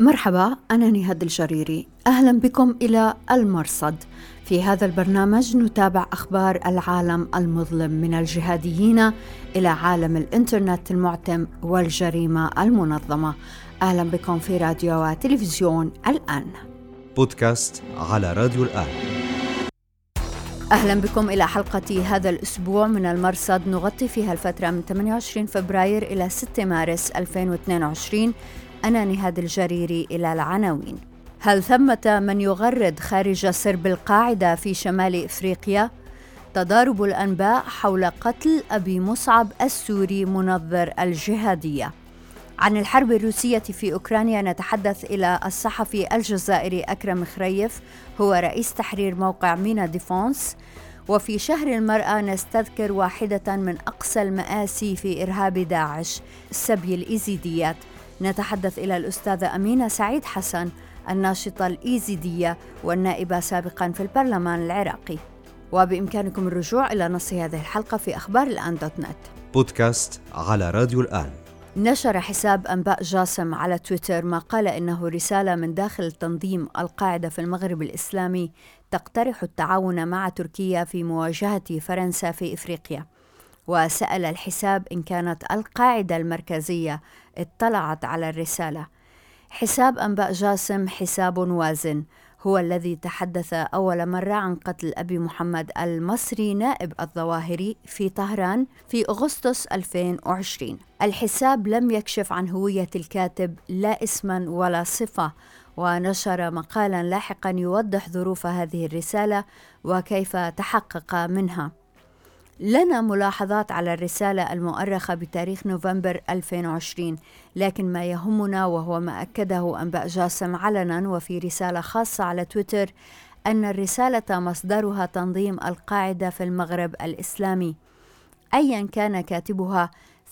مرحبا، أنا نهاد الجريري. أهلا بكم إلى المرصد. في هذا البرنامج نتابع أخبار العالم المظلم من الجهاديين إلى عالم الإنترنت المعتم والجريمة المنظمة. أهلا بكم في راديو وتلفزيون الآن. بودكاست على راديو الآن. أهلا بكم إلى حلقة هذا الأسبوع من المرصد، نغطي فيها الفترة من 28 فبراير إلى 6 مارس 2022. أنا نهاد الجريري. إلى العناوين. هل ثمة من يغرد خارج سرب القاعدة في شمال إفريقيا؟ تضارب الأنباء حول قتل أبي مصعب السوري منظر الجهادية. عن الحرب الروسية في أوكرانيا نتحدث إلى الصحفي الجزائري أكرم خريف، هو رئيس تحرير موقع مينا ديفونس. وفي شهر المرأة نستذكر واحدة من أقصى المآسي في إرهاب داعش، سبي الإيزيديات. نتحدث إلى الأستاذة أمينة سعيد حسن، الناشطة الإيزيدية والنائبة سابقا في البرلمان العراقي. وبإمكانكم الرجوع إلى نص هذه الحلقة في أخبار الآن .net. بودكاست على راديو الآن. نشر حساب أنباء جاسم على تويتر ما قال إنه رسالة من داخل تنظيم القاعدة في المغرب الإسلامي تقترح التعاون مع تركيا في مواجهة فرنسا في إفريقيا. وسأل الحساب إن كانت القاعدة المركزية اطلعت على الرسالة. حساب أنباء جاسم حساب وازن، هو الذي تحدث أول مرة عن قتل أبي محمد المصري نائب الظواهري في طهران في أغسطس 2020. الحساب لم يكشف عن هوية الكاتب لا اسما ولا صفة، ونشر مقالا لاحقا يوضح ظروف هذه الرسالة وكيف تحقق منها. لنا ملاحظات على الرسالة المؤرخة بتاريخ نوفمبر 2020، لكن ما يهمنا وهو ما أكده أنباء جاسم علنا وفي رسالة خاصة على تويتر أن الرسالة مصدرها تنظيم القاعدة في المغرب الإسلامي. أيا كان كاتبها،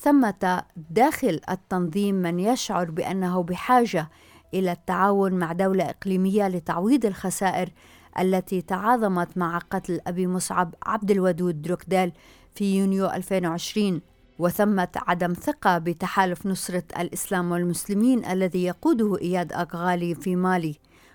ثمة داخل التنظيم من يشعر بأنه بحاجة إلى التعاون مع دولة إقليمية لتعويض الخسائر التي تعاظمت مع قتل أبي مصعب عبد الودود دروكديل في يونيو 2020. وثمة عدم ثقة بتحالف نصرة الإسلام والمسلمين الذي يقوده إياد أغالي في مالي.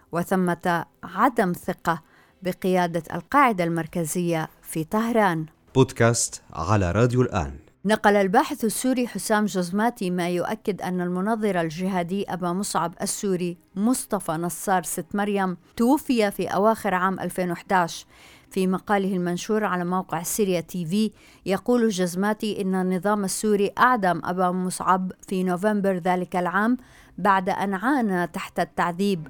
وثمة عدم ثقة بقيادة القاعدة المركزية في طهران. بودكاست على راديو الآن. نقل الباحث السوري حسام جزماتي ما يؤكد أن المنظر الجهادي أبا مصعب السوري مصطفى نصار ست مريم توفي في أواخر عام 2011. في مقاله المنشور على موقع سيريا تي في يقول جزماتي إن النظام السوري أعدم أبا مصعب في نوفمبر ذلك العام بعد أن عانى تحت التعذيب.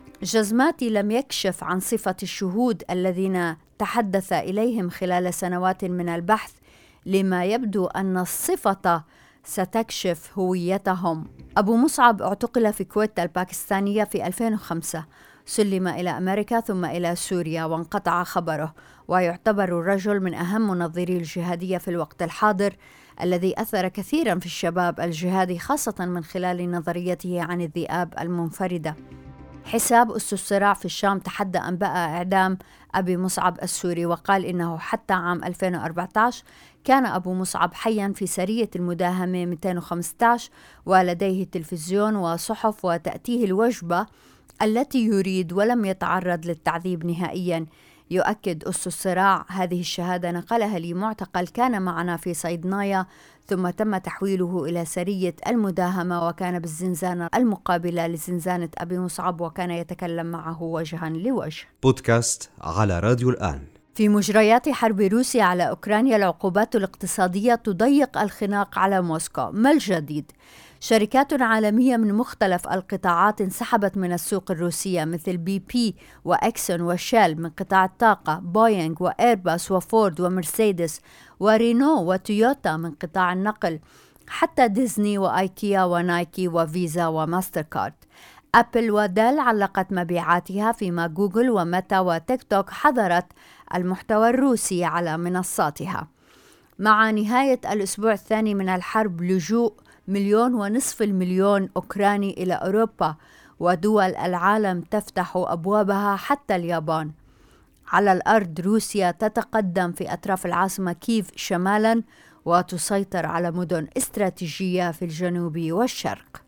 جزماتي لم يكشف عن صفة الشهود الذين تحدث إليهم خلال سنوات من البحث، لما يبدو أن الصفة ستكشف هويتهم. أبو مصعب اعتقل في كويتا الباكستانية في 2005، سلم إلى أمريكا ثم إلى سوريا وانقطع خبره، ويعتبر الرجل من أهم منظري الجهادية في الوقت الحاضر الذي أثر كثيرا في الشباب الجهادي، خاصة من خلال نظريته عن الذئاب المنفردة. حساب أس الصراع في الشام تحدى أنباء إعدام أبي مصعب السوري، وقال إنه حتى عام 2014 كان أبو مصعب حيا في سرية المداهمة 215 ولديه تلفزيون وصحف وتأتيه الوجبة التي يريد ولم يتعرض للتعذيب نهائيا. يؤكد أس الصراع هذه الشهادة نقلها لي معتقل كان معنا في صيدنايا ثم تم تحويله إلى سرية المداهمة، وكان بالزنزانة المقابلة لزنزانة أبي مصعب وكان يتكلم معه وجها لوجه. بودكاست على راديو الآن. في مجريات حرب روسيا على أوكرانيا العقوبات الاقتصادية تضيق الخناق على موسكو. ما الجديد؟ شركات عالمية من مختلف القطاعات انسحبت من السوق الروسية مثل بي بي وإكسون وشيل من قطاع الطاقة، بوينغ وإيرباص وفورد ومرسيدس ورينو وتويوتا من قطاع النقل، حتى ديزني وآيكيا ونايكي وفيزا وماستر كارد. أبل وديل علقت مبيعاتها، فيما جوجل وميتا وتيك توك حظرت المحتوى الروسي على منصاتها. مع نهاية الأسبوع الثاني من الحرب لجوء 1.5 مليون أوكراني إلى أوروبا، ودول العالم تفتح أبوابها حتى اليابان. على الأرض روسيا تتقدم في أطراف العاصمة كييف شمالا وتسيطر على مدن استراتيجية في الجنوب والشرق.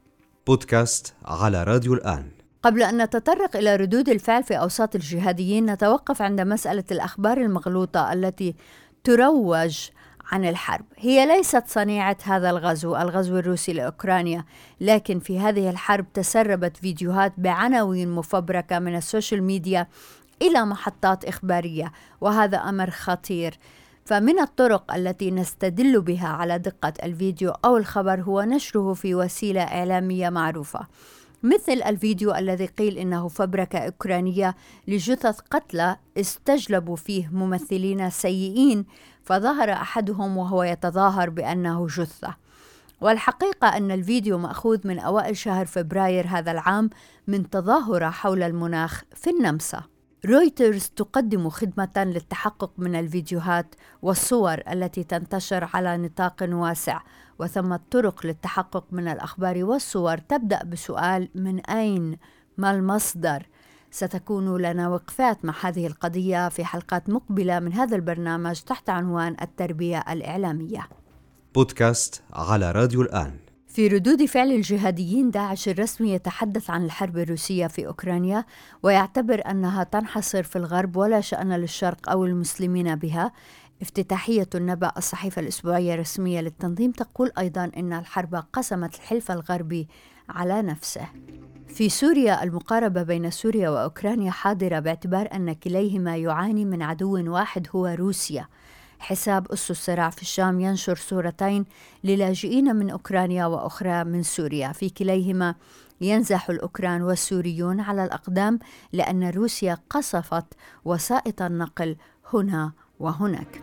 بودكاست على راديو الآن. قبل أن نتطرق إلى ردود الفعل في أوساط الجهاديين، نتوقف عند مسألة الأخبار المغلوطة التي تروج عن الحرب. هي ليست صنيعة هذا الغزو الروسي لأوكرانيا، لكن في هذه الحرب تسربت فيديوهات بعناوين مفبركة من السوشيال ميديا إلى محطات إخبارية، وهذا أمر خطير. فمن الطرق التي نستدل بها على دقة الفيديو أو الخبر هو نشره في وسيلة إعلامية معروفة، مثل الفيديو الذي قيل إنه فبركة أوكرانية لجثث قتلى استجلبوا فيه ممثلين سيئين، فظهر أحدهم وهو يتظاهر بأنه جثة. والحقيقة أن الفيديو مأخوذ من أوائل شهر فبراير هذا العام من تظاهرة حول المناخ في النمسا. رويترز تقدم خدمة للتحقق من الفيديوهات والصور التي تنتشر على نطاق واسع، وثمة طرق للتحقق من الأخبار والصور تبدأ بسؤال: من أين؟ ما المصدر؟ ستكون لنا وقفات مع هذه القضية في حلقات مقبلة من هذا البرنامج تحت عنوان التربية الإعلامية. بودكاست على راديو الآن. في ردود فعل الجهاديين، داعش الرسمي يتحدث عن الحرب الروسية في أوكرانيا ويعتبر أنها تنحصر في الغرب ولا شأن للشرق أو المسلمين بها. افتتاحية النبأ الصحيفة الأسبوعية الرسمية للتنظيم تقول أيضا أن الحرب قسمت الحلف الغربي على نفسه. في سوريا، المقاربة بين سوريا وأوكرانيا حاضرة باعتبار أن كليهما يعاني من عدو واحد هو روسيا. حساب أس الصراع في الشام ينشر صورتين للاجئين من أوكرانيا وأخرى من سوريا، في كليهما ينزح الأوكران والسوريون على الأقدام لأن روسيا قصفت وسائط النقل هنا وهناك.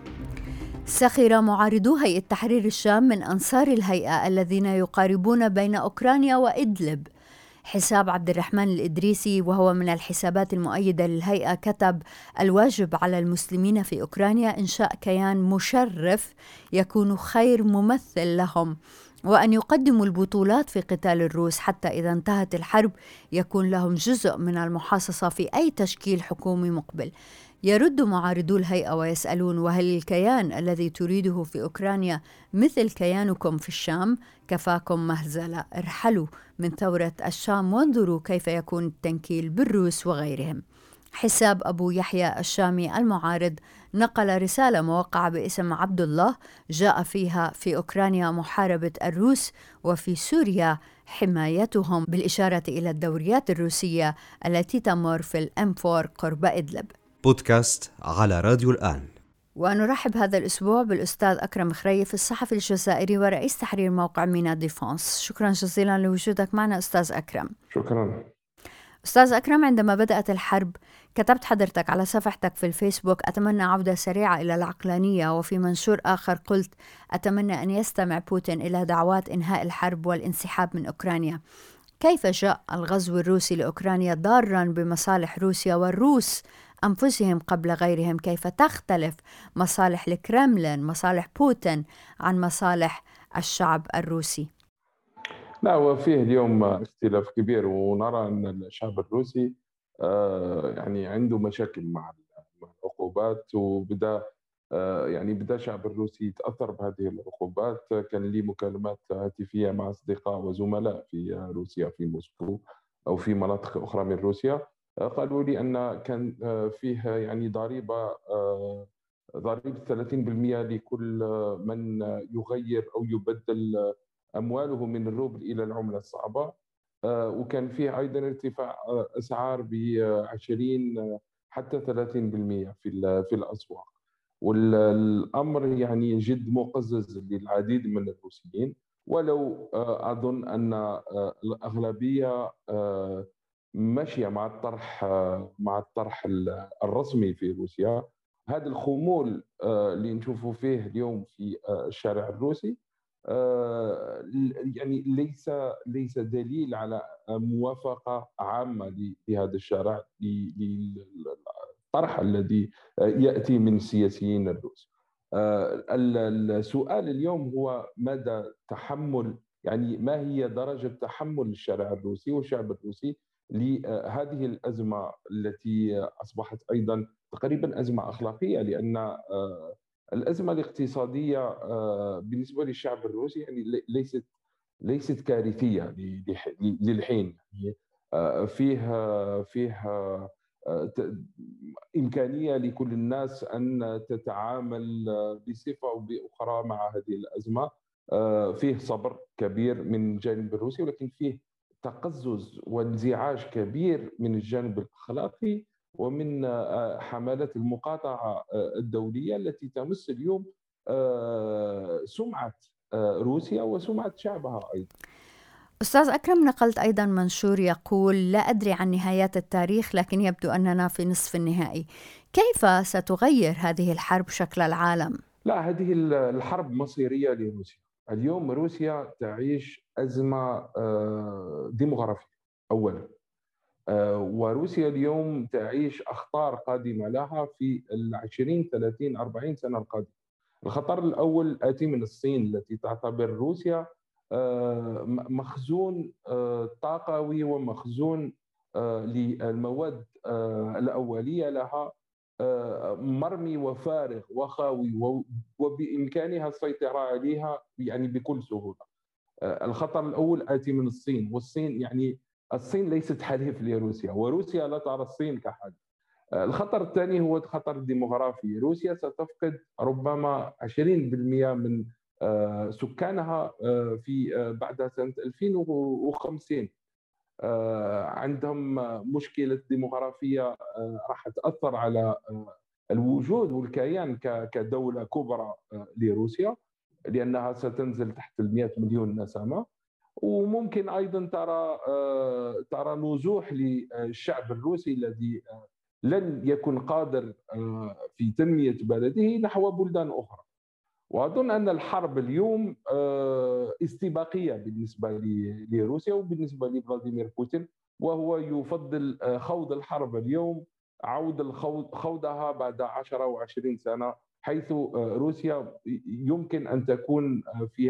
سخر معارضو هيئة تحرير الشام من أنصار الهيئة الذين يقاربون بين أوكرانيا وإدلب. حساب عبد الرحمن الإدريسي، وهو من الحسابات المؤيدة للهيئة، كتب: الواجب على المسلمين في أوكرانيا إنشاء كيان مشرف يكون خير ممثل لهم، وأن يقدموا البطولات في قتال الروس حتى إذا انتهت الحرب يكون لهم جزء من المحاصصة في أي تشكيل حكومي مقبل. يرد معارضو الهيئة ويسألون: وهل الكيان الذي تريده في أوكرانيا مثل كيانكم في الشام؟ كفاكم مهزلة، ارحلوا من ثورة الشام وانظروا كيف يكون التنكيل بالروس وغيرهم. حساب أبو يحيى الشامي المعارض نقل رسالة موقعة باسم عبد الله جاء فيها: في أوكرانيا محاربة الروس وفي سوريا حمايتهم، بالإشارة إلى الدوريات الروسية التي تمر في الأم4 قرب إدلب. بودكاست على راديو الآن. ونرحب هذا الأسبوع بالأستاذ أكرم خريف، الصحفي الجزائري ورئيس تحرير موقع مينا ديفونس. شكرا جزيلا لوجودك معنا أستاذ أكرم. شكرا. أستاذ أكرم، عندما بدأت الحرب كتبت حضرتك على صفحتك في الفيسبوك: أتمنى عودة سريعة إلى العقلانية، وفي منشور آخر قلت: أتمنى أن يستمع بوتين إلى دعوات إنهاء الحرب والانسحاب من أوكرانيا. كيف جاء الغزو الروسي لأوكرانيا ضاراً بمصالح روسيا والروس أنفسهم قبل غيرهم؟ كيف تختلف مصالح الكرملين، مصالح بوتين، عن مصالح الشعب الروسي؟ لا، وفيه اليوم اختلاف كبير، ونرى أن الشعب الروسي يعني عنده مشاكل مع العقوبات، وبدأ بدأ الشعب الروسي يتأثر بهذه العقوبات. كان لي مكالمات هاتفية مع أصدقاء وزملاء في روسيا، في موسكو أو في مناطق أخرى من روسيا. قالوا لي أن كان فيه يعني ضريبة 30% لكل من يغير أو يبدل أمواله من الروبل إلى العملة الصعبة. وكان فيه أيضا ارتفاع أسعار ب20 حتى 30% في الأسواق. والأمر يعني جد مقزز للعديد من الروسيين، ولو أظن أن الأغلبية ماشية مع الطرح الرسمي في روسيا. هذا الخمول اللي نشوفه فيه اليوم في الشارع الروسي يعني ليس دليل على موافقة عامة لهذا الشارع للطرح الذي يأتي من السياسيين الروس. السؤال اليوم هو مدى تحمل، يعني ما هي درجة تحمل الشارع الروسي والشعب الروسي لهذه الأزمة التي أصبحت أيضا تقريبا أزمة أخلاقية، لأن الأزمة الاقتصادية بالنسبة للشعب الروسي يعني ليست كارثية للحين. يعني فيه إمكانية لكل الناس أن تتعامل بصفة أو بأخرى مع هذه الأزمة. فيه صبر كبير من الجانب الروسي، ولكن فيه تقزز وانزعاج كبير من الجانب الأخلاقي ومن حملات المقاطعة الدولية التي تمس اليوم سمعة روسيا وسمعة شعبها أيضا. أستاذ أكرم، نقلت أيضا منشور يقول: لا أدري عن نهايات التاريخ، لكن يبدو أننا في نصف النهائي. كيف ستغير هذه الحرب شكل العالم؟ لا، هذه الحرب مصيرية لروسيا. اليوم روسيا تعيش أزمة ديمغرافية أولا. وروسيا اليوم تعيش أخطار قادمة لها في 20 30 40 سنة القادمة. الخطر الأول آتي من الصين، التي تعتبر روسيا مخزون طاقوي ومخزون للمواد الأولية لها مرمي وفارغ وخاوي، وبإمكانها السيطرة عليها يعني بكل سهولة. الخطر الأول آتي من الصين، والصين يعني الصين ليست حليف لروسيا، وروسيا لا ترى الصين كحليف. الخطر الثاني هو الخطر الديموغرافي. روسيا ستفقد ربما 20% من سكانها في بعد سنة 2050. عندهم مشكلة ديموغرافية راح تأثر على الوجود والكيان كدولة كبرى لروسيا، لأنها ستنزل تحت 100 مليون نسمة. وممكن أيضا ترى نزوح للشعب الروسي الذي لن يكن قادر في تنمية بلده نحو بلدان أخرى. وأظن أن الحرب اليوم استباقية بالنسبة لروسيا وبالنسبة لفلاديمير بوتين، وهو يفضل خوض الحرب اليوم عود خوضها بعد 10 أو 20 سنة، حيث روسيا يمكن أن تكون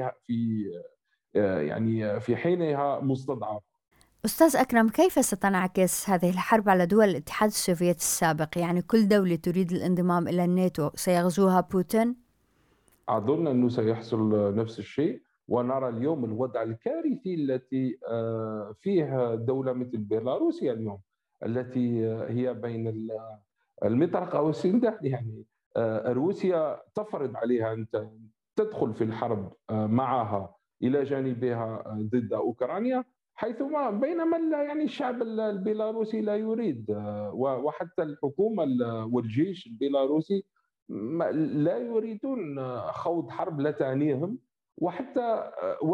يعني في حينها مستضعفة. أستاذ أكرم، كيف ستنعكس هذه الحرب على دول الاتحاد السوفيتي السابق؟ يعني كل دولة تريد الانضمام إلى الناتو سيغزوها بوتين؟ أظن أنه سيحصل نفس الشيء، ونرى اليوم الوضع الكارثي التي فيه دولة مثل بيلاروسيا اليوم، التي هي بين المطرقة والسندان. يعني روسيا تفرض عليها أن تدخل في الحرب معها إلى جانبها ضد أوكرانيا، حيثما بينما يعني الشعب البيلاروسي لا يريد، وحتى الحكومة والجيش البيلاروسي لا يريدون خوض حرب لا تعنيهم. وحتى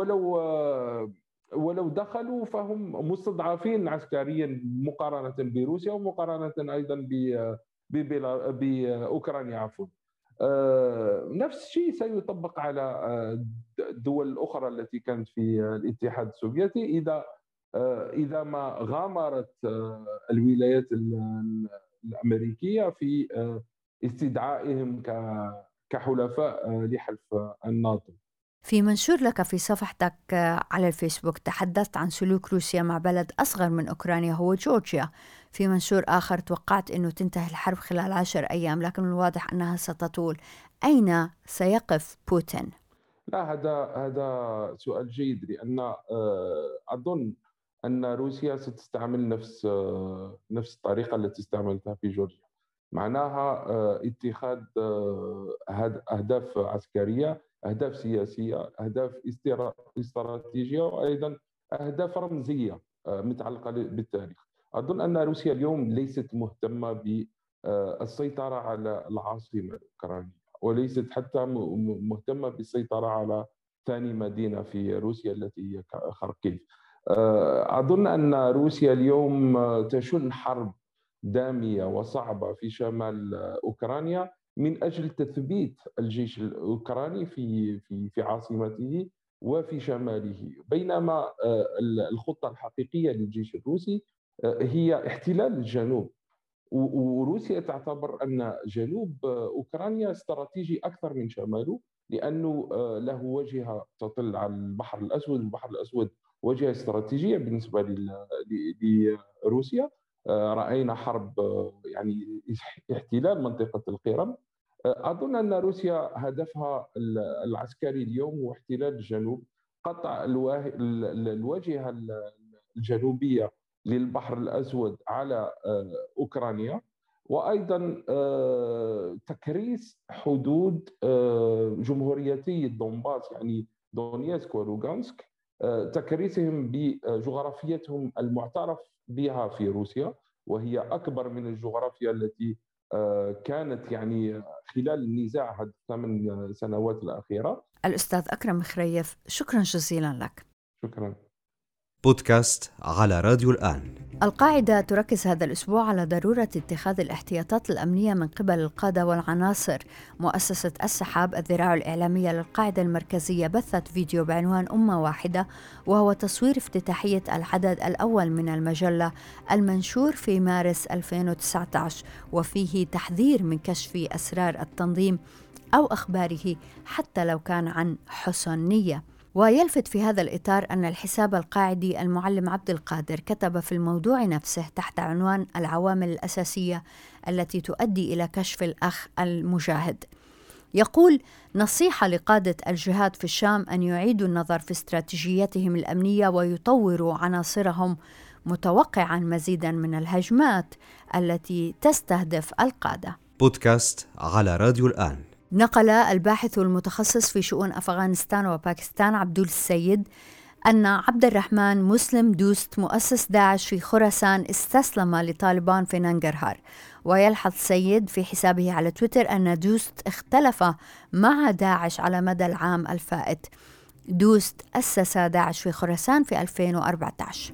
ولو دخلوا فهم مستضعفين عسكريا مقارنة بروسيا ومقارنة أيضا بأوكرانيا عفوا. نفس الشيء سيطبق على الدول الأخرى التي كانت في الاتحاد السوفيتي إذا ما غامرت الولايات الأمريكية في استدعائهم كحلفاء لحلف الناتو. في منشور لك في صفحتك على الفيسبوك تحدثت عن سلوك روسيا مع بلد أصغر من أوكرانيا هو جورجيا. في منشور آخر توقعت أنه تنتهي الحرب خلال 10 أيام، لكن من الواضح أنها ستطول. أين سيقف بوتين؟ لا، هذا سؤال جيد، لأن أظن أن روسيا ستستعمل نفس الطريقة التي استعملتها في جورجيا. معناها اتخاذ أهداف عسكرية، أهداف سياسية، أهداف استراتيجية، وأيضا أهداف رمزية متعلقة بالتاريخ. أظن أن روسيا اليوم ليست مهتمة بالسيطرة على العاصمة الأوكرانية، وليست حتى مهتمة بالسيطرة على ثاني مدينة في روسيا التي هي خاركيف. أظن أن روسيا اليوم تشن حرب دامية وصعبة في شمال أوكرانيا من أجل تثبيت الجيش الأوكراني في عاصمته وفي شماله، بينما الخطة الحقيقية للجيش الروسي هي احتلال الجنوب. وروسيا تعتبر أن جنوب أوكرانيا استراتيجي أكثر من شماله، لأنه له وجهة تطل على البحر الأسود. البحر الأسود وجهة استراتيجية بالنسبة لروسيا. رأينا حرب يعني احتلال منطقة القرم. أظن أن روسيا هدفها العسكري اليوم هو احتلال الجنوب، قطع الواجهة الجنوبية للبحر الأسود على أوكرانيا، وأيضا تكريس حدود جمهوريتي الدونباس، يعني دونيسك ولوغانسك، تكريسهم بجغرافيتهم المعترف بها في روسيا، وهي أكبر من الجغرافيا التي كانت يعني خلال النزاع هذه الثمان سنوات الأخيرة. الأستاذ أكرم خريف، شكرا جزيلا لك. شكرا. بودكاست على راديو الآن. القاعدة تركز هذا الأسبوع على ضرورة اتخاذ الاحتياطات الأمنية من قبل القادة والعناصر. مؤسسة السحاب الذراع الإعلامية للقاعدة المركزية بثت فيديو بعنوان أمة واحدة، وهو تصوير افتتاحية العدد الأول من المجلة المنشور في مارس 2019، وفيه تحذير من كشف أسرار التنظيم أو أخباره حتى لو كان عن حسن نية. ويلفت في هذا الإطار أن الحساب القاعدي المعلم عبد القادر كتب في الموضوع نفسه تحت عنوان العوامل الأساسية التي تؤدي إلى كشف الأخ المجاهد. يقول: نصيحة لقادة الجهاد في الشام أن يعيدوا النظر في استراتيجيتهم الأمنية ويطوروا عناصرهم، متوقعا مزيدا من الهجمات التي تستهدف القادة. بودكاست على راديو الآن. نقل الباحث المتخصص في شؤون أفغانستان وباكستان عبدول السيد أن عبد الرحمن مسلم دوست مؤسس داعش في خراسان استسلم لطالبان في ننجرهار. ويلحظ سيد في حسابه على تويتر أن دوست اختلف مع داعش على مدى العام الفائت. دوست أسس داعش في خراسان في 2014.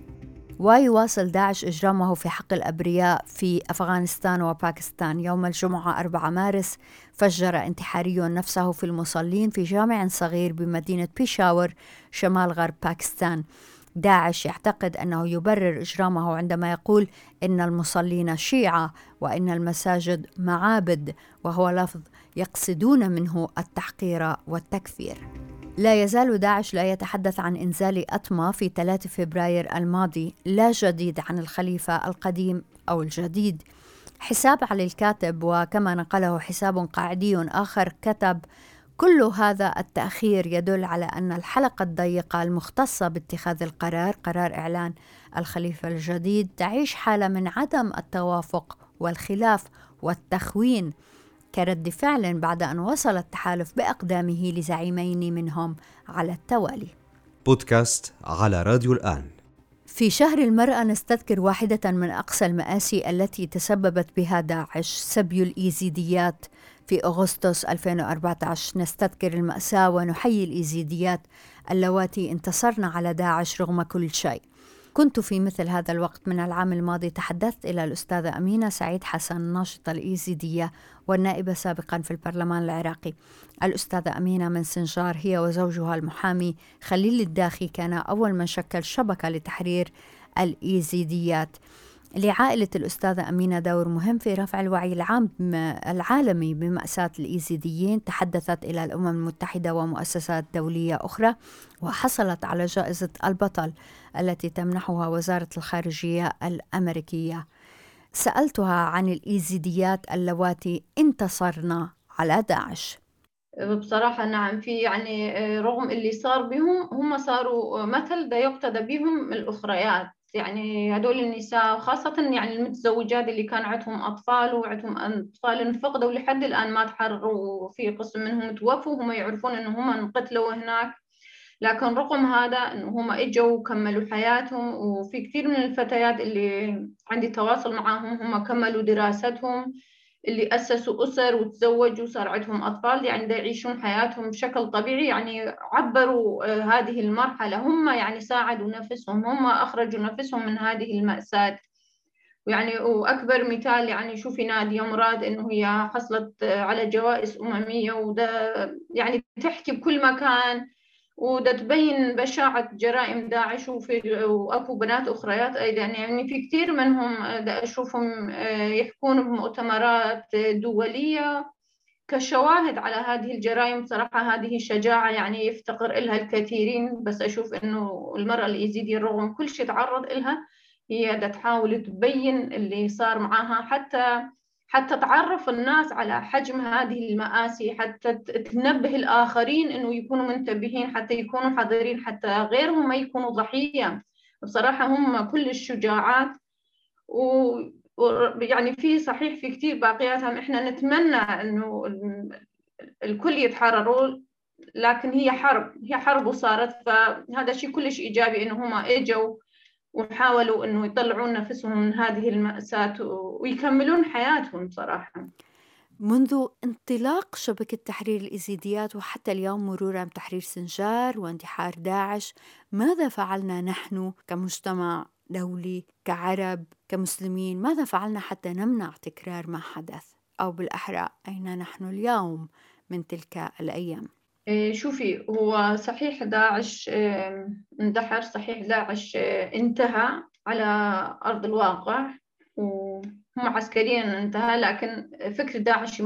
ويواصل داعش إجرامه في حق الأبرياء في أفغانستان وباكستان. يوم الجمعة 4 مارس فجر انتحاري نفسه في المصلين في جامع صغير بمدينة بيشاور شمال غرب باكستان. داعش يعتقد أنه يبرر إجرامه عندما يقول إن المصلين شيعة وإن المساجد معابد، وهو لفظ يقصدون منه التحقير والتكفير. لا يزال داعش لا يتحدث عن إنزال أطمة في 3 فبراير الماضي. لا جديد عن الخليفة القديم أو الجديد. حساب علي الكاتب، وكما نقله حساب قاعدي آخر، كتب: كل هذا التأخير يدل على أن الحلقة الضيقة المختصة باتخاذ القرار، قرار إعلان الخليفة الجديد، تعيش حالة من عدم التوافق والخلاف والتخوين كرد فعل بعد أن وصل التحالف بأقدامه لزعيمين منهم على التوالي. بودكاست على راديو الآن. في شهر المرأة نستذكر واحدة من أقصى المآسي التي تسببت بها داعش، سبي الإيزيديات في أغسطس 2014. نستذكر المأساة ونحيي الإيزيديات اللواتي انتصرن على داعش رغم كل شيء. كنت في مثل هذا الوقت من العام الماضي تحدثت إلى الأستاذة أمينة سعيد حسن، ناشطة الإيزيدية والنائبة سابقا في البرلمان العراقي. الأستاذة أمينة من سنجار، هي وزوجها المحامي خليل الداخي كان أول من شكل شبكة لتحرير الإيزيديات. لعائلة الأستاذة أمينة دور مهم في رفع الوعي العالمي بمأساة الإيزيديين. تحدثت إلى الأمم المتحدة ومؤسسات دولية أخرى، وحصلت على جائزة البطل التي تمنحها وزارة الخارجية الأمريكية. سألتها عن الإيزيديات اللواتي انتصرنا على داعش. بصراحة نعم، في يعني رغم اللي صار بهم، هم صاروا مثل دا يقتدى بهم الأخريات. يعني هدول النساء خاصة يعني المتزوجات اللي كان عندهم أطفال وعندهم أطفال انفقدوا لحد الآن ما تحرروا، في قسم منهم توفوا، هم يعرفون إنه هم انقتلوا هناك، لكن رغم هذا إنه هم إجوا وكملوا حياتهم. وفي كثير من الفتيات اللي عندي تواصل معهم هم كملوا دراستهم، اللي أسسوا أسر وتزوجوا وصار عندهم أطفال، يعني دا يعيشون حياتهم بشكل طبيعي. يعني عبروا هذه المرحلة، هم يعني ساعدوا نفسهم، هم أخرجوا نفسهم من هذه المأساة. يعني وأكبر مثال يعني شوفي نادية مراد إنه هي حصلت على جوائز أممية، وده يعني تحكي بكل مكان، وده تبين بشاعة جرائم داعش. وأكو بنات أخريات أيضا، يعني في كثير منهم دا أشوفهم يحكون بمؤتمرات دولية كشواهد على هذه الجرائم. صراحة هذه شجاعة يعني يفتقر إلها الكثيرين، بس أشوف إنه المرأة الإيزيدية رغم كل شيء تعرض إلها، هي دا تحاول تبين اللي صار معها، حتى تعرف الناس على حجم هذه المآسي، حتى تنبه الآخرين إنه يكونوا منتبهين، حتى يكونوا حذرين، حتى غيرهم ما يكونوا ضحية. بصراحة هم كل الشجاعات، ويعني في صحيح في كتير باقياتهم إحنا نتمنى إنه الكل يتحرروا، لكن هي حرب وصارت، فهذا شيء كلش إيجابي إنه هم إجوا وحاولوا إنه يطلعون نفسهم من هذه المأساة ويكملون حياتهم صراحة. منذ انطلاق شبكة تحرير الإيزيديات وحتى اليوم مرورا بتحرير سنجار واندحار داعش، ماذا فعلنا نحن كمجتمع دولي، كعرب، كمسلمين؟ ماذا فعلنا حتى نمنع تكرار ما حدث؟ أو بالأحرى أين نحن اليوم من تلك الأيام؟ شوفي، هو صحيح داعش اندحر، صحيح داعش انتهى على أرض الواقع وهم عسكريا انتهى، لكن فكر داعش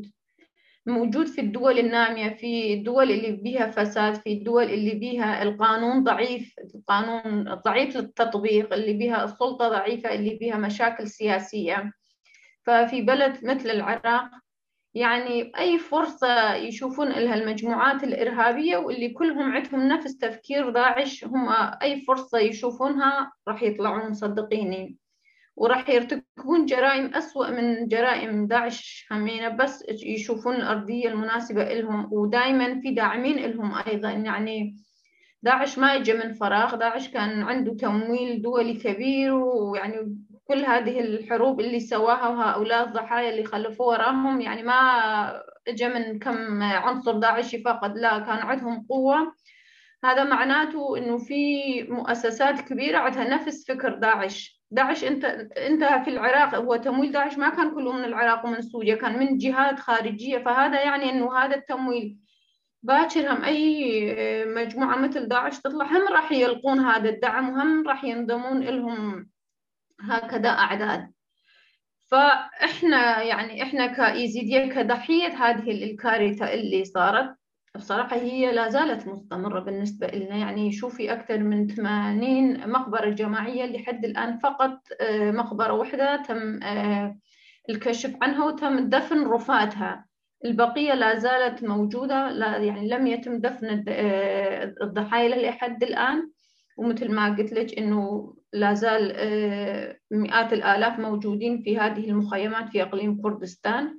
موجود في الدول النامية، في الدول اللي بيها فساد، في الدول اللي بيها القانون ضعيف، القانون ضعيف للتطبيق، اللي بيها السلطة ضعيفة، اللي بيها مشاكل سياسية. ففي بلد مثل العراق يعني أي فرصة يشوفون لها المجموعات الإرهابية واللي كلهم عندهم نفس تفكير داعش، هم أي فرصة يشوفونها راح يطلعون مصدقين وراح يرتكبون جرائم أسوأ من جرائم داعش همينة، بس يشوفون الأرضية المناسبة لهم، ودائما في داعمين لهم أيضا. يعني داعش ما اجى من فراغ، داعش كان عنده تمويل دولي كبير، ويعني كل هذه الحروب اللي سواها وهؤلاء الضحايا اللي خلفوا وراهم يعني ما اجى من كم عنصر داعشي فقط، لا، كان عندهم قوة. هذا معناته انه في مؤسسات كبيرة عندها نفس فكر داعش. داعش انتهى في العراق، هو تمويل داعش ما كان كله من العراق ومن سوريا، كان من جهات خارجية، فهذا يعني انه هذا التمويل باكر هم أي مجموعة مثل داعش تطلع هم راح يلقون هذا الدعم، وهم راح ينضمون لهم هكذا أعداد. فإحنا يعني إحنا كإيزيدية كضحية هذه الكارثة اللي صارت، بصراحة هي لا زالت مستمرة بالنسبة لنا. يعني شوفي أكثر من 80 مقبرة جماعية لحد الآن، فقط مقبرة واحدة تم الكشف عنها وتم دفن رفاتها، البقية لا زالت موجودة، لا يعني لم يتم دفن الضحايا لحد الآن. ومثل ما قلت لك إنه لا زال مئات الآلاف موجودين في هذه المخيمات في إقليم كردستان،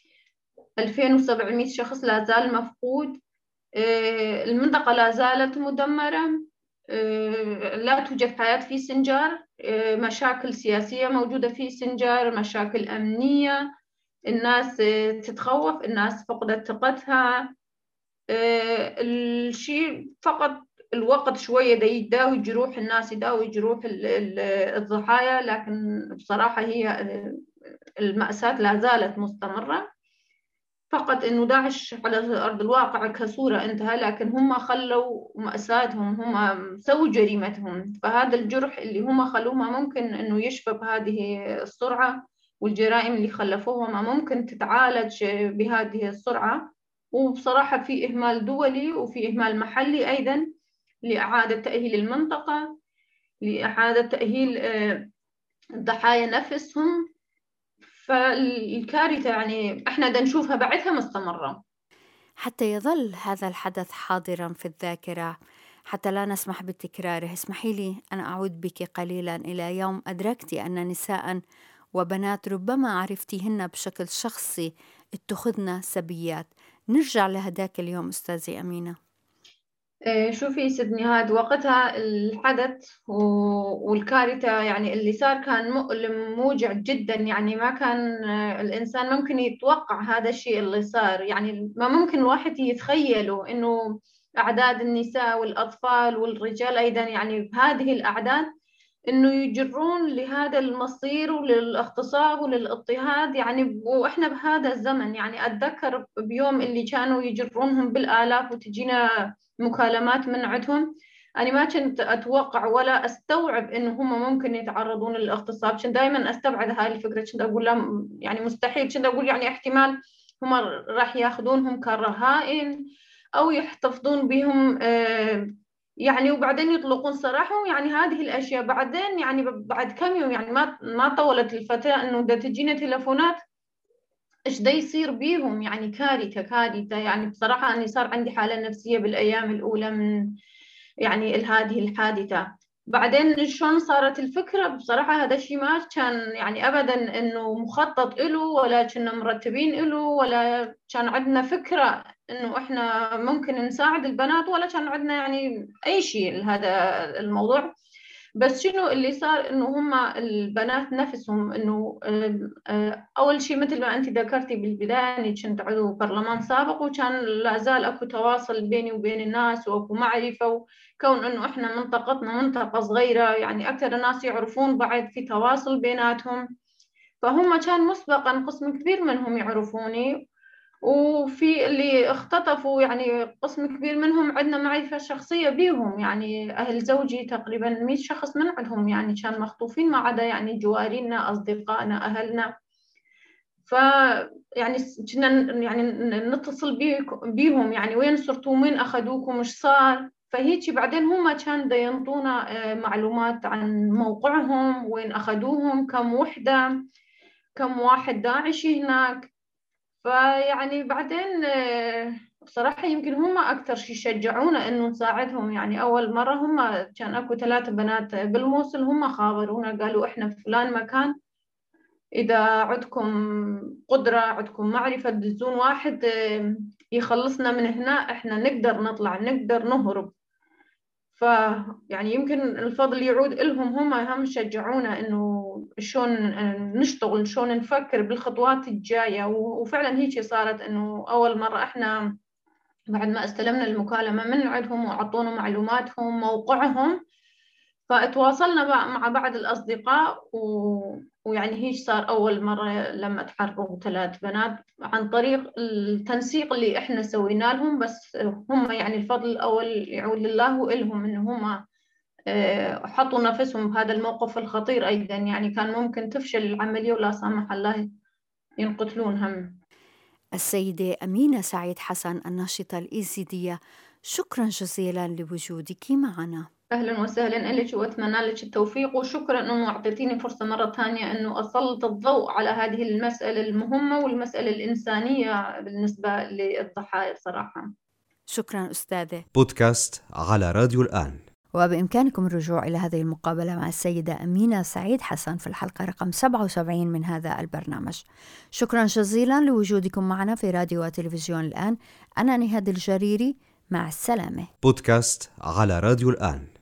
2700 شخص لا زال مفقود. المنطقة لا زالت مدمرة، لا توجد حياة في سنجار، مشاكل سياسية موجودة في سنجار، مشاكل أمنية، الناس تتخوف، الناس فقدت ثقتها. الشيء فقط الوقت شوية يداوي جروح الناس، يداوي جروح الضحايا، لكن بصراحة هي المأساة لا زالت مستمرة. فقط إنه داعش على أرض الواقع كصورة انتهى، لكن هم خلوا مأساتهم، هم سووا جريمتهم، فهذا الجرح اللي هم خلوه ما ممكن إنه يشفى بهذه السرعة، والجرائم اللي خلفوها ما ممكن تتعالج بهذه السرعة. وبصراحة في إهمال دولي وفي إهمال محلي أيضا لإعادة تأهيل المنطقة، لإعادة تأهيل الضحايا نفسهم. فالكارثة يعني احنا دا نشوفها بعدها مستمرة. حتى يظل هذا الحدث حاضرا في الذاكرة، حتى لا نسمح بتكراره، اسمحي لي أن أعود بك قليلا إلى يوم أدركت أن نساء وبنات ربما عرفتيهن بشكل شخصي اتخذن سبيات. نرجع لهداك اليوم أستاذي أمينة. شوفي سيدني، هاد وقتها الحدث والكارثة يعني اللي صار كان مؤلم موجع جدا، يعني ما كان الإنسان ممكن يتوقع هذا الشيء اللي صار، يعني ما ممكن الواحد يتخيله إنه أعداد النساء والأطفال والرجال أيضا يعني بهذه الأعداد إنه يجرون لهذا المصير وللاغتصاب وللاضطهاد. يعني وإحنا بهذا الزمن يعني أتذكر بيوم اللي كانوا يجرونهم بالآلاف وتجينا مكالمات من عندهم، أنا ما كنت أتوقع ولا أستوعب إنه هم ممكن يتعرضون للاغتصاب. كنت دائما أستبعد هاي الفكرة، كنت أقول لا يعني مستحيل، كنت أقول يعني احتمال هم راح ياخذونهم كرهائن أو يحتفظون بهم يعني وبعدين يطلقون سراحهم. يعني هذه الأشياء بعدين يعني بعد كم يوم يعني ما طولت الفترة إنه دا تجينا تلفونات إيش دا يصير بيهم، يعني كارثة كارثة. يعني بصراحة أني صار عندي حالة نفسية بالأيام الأولى من يعني هذه الحادثة. بعدين شلون صارت الفكرة؟ بصراحة هذا الشيء ما كان يعني أبدا إنه مخطط إله، ولا كنا مرتبين إله، ولا كان عندنا فكرة إنه إحنا ممكن نساعد البنات، ولا كان عندنا يعني أي شيء لهذا الموضوع. بس شنو اللي صار إنه هم البنات نفسهم إنه أول شيء مثل ما أنت ذكرتي بالبداية، إني كنت عضو برلمان سابق، وكان لا زال أكو تواصل بيني وبين الناس وأكو معرفة، كون إنه إحنا منطقتنا منطقة صغيرة، يعني أكثر الناس يعرفون بعد، في تواصل بيناتهم. فهم كان مسبقا قسم كبير منهم يعرفوني، وفي اللي اختطفوا يعني قسم كبير منهم عندنا معرفة شخصية بيهم. يعني أهل زوجي تقريبا 100 شخص من عندهم يعني كان مخطوفين، ما عدا يعني جوارينا أصدقائنا أهلنا. ف يعني كنا يعني نتصل بيهم، يعني وين صرتوا، وين أخذوكم، مش صار. فهيك بعدين هم كان دا ينطونا معلومات عن موقعهم، وين أخذوهم، كم وحدة، كم واحد داعشي هناك. فيعني بعدين بصراحة يمكن هم أكثر شيء شجعونا إنه نساعدهم. يعني أول مرة هم كان أكو 3 بنات بالموصل، هم خابرونا قالوا إحنا في فلان مكان، إذا عندكم قدرة، عندكم معرفة، تدزون واحد يخلصنا من هنا، إحنا نقدر نطلع، نقدر نهرب. فيعني يمكن الفضل يعود لهم، هم شجعونا إنه شلون نشتغل، شلون نفكر بالخطوات الجاية. وفعلا هيك صارت، إنه أول مرة إحنا بعد ما استلمنا المكالمة من عندهم وعطونا معلوماتهم موقعهم، فتواصلنا مع بعض الأصدقاء ويعني هيك صار أول مرة لما تحرروا 3 بنات عن طريق التنسيق اللي إحنا سوينا لهم. بس هم يعني الفضل الأول يعود لله وإلهم، إن هم حطوا نفسهم بهذا الموقف الخطير أيضا. يعني كان ممكن تفشل العملية ولا سامح الله ينقتلون هم. السيدة أمينة سعيد حسن، الناشطة الإيزيدية، شكرا جزيلا لوجودك معنا. أهلا وسهلا لك، وأتمنى لك التوفيق، وشكرا أنه أعطيتيني فرصة مرة ثانية أنه أسلط الضوء على هذه المسألة المهمة والمسألة الإنسانية بالنسبة للضحايا صراحة. شكرا أستاذة. بودكاست على راديو الآن. وبإمكانكم الرجوع إلى هذه المقابلة مع السيدة أمينة سعيد حسن في الحلقة رقم 77 من هذا البرنامج. شكرا جزيلا لوجودكم معنا في راديو وتلفزيون الآن. أنا نهاد الجريري، مع السلامة. بودكاست على راديو الآن.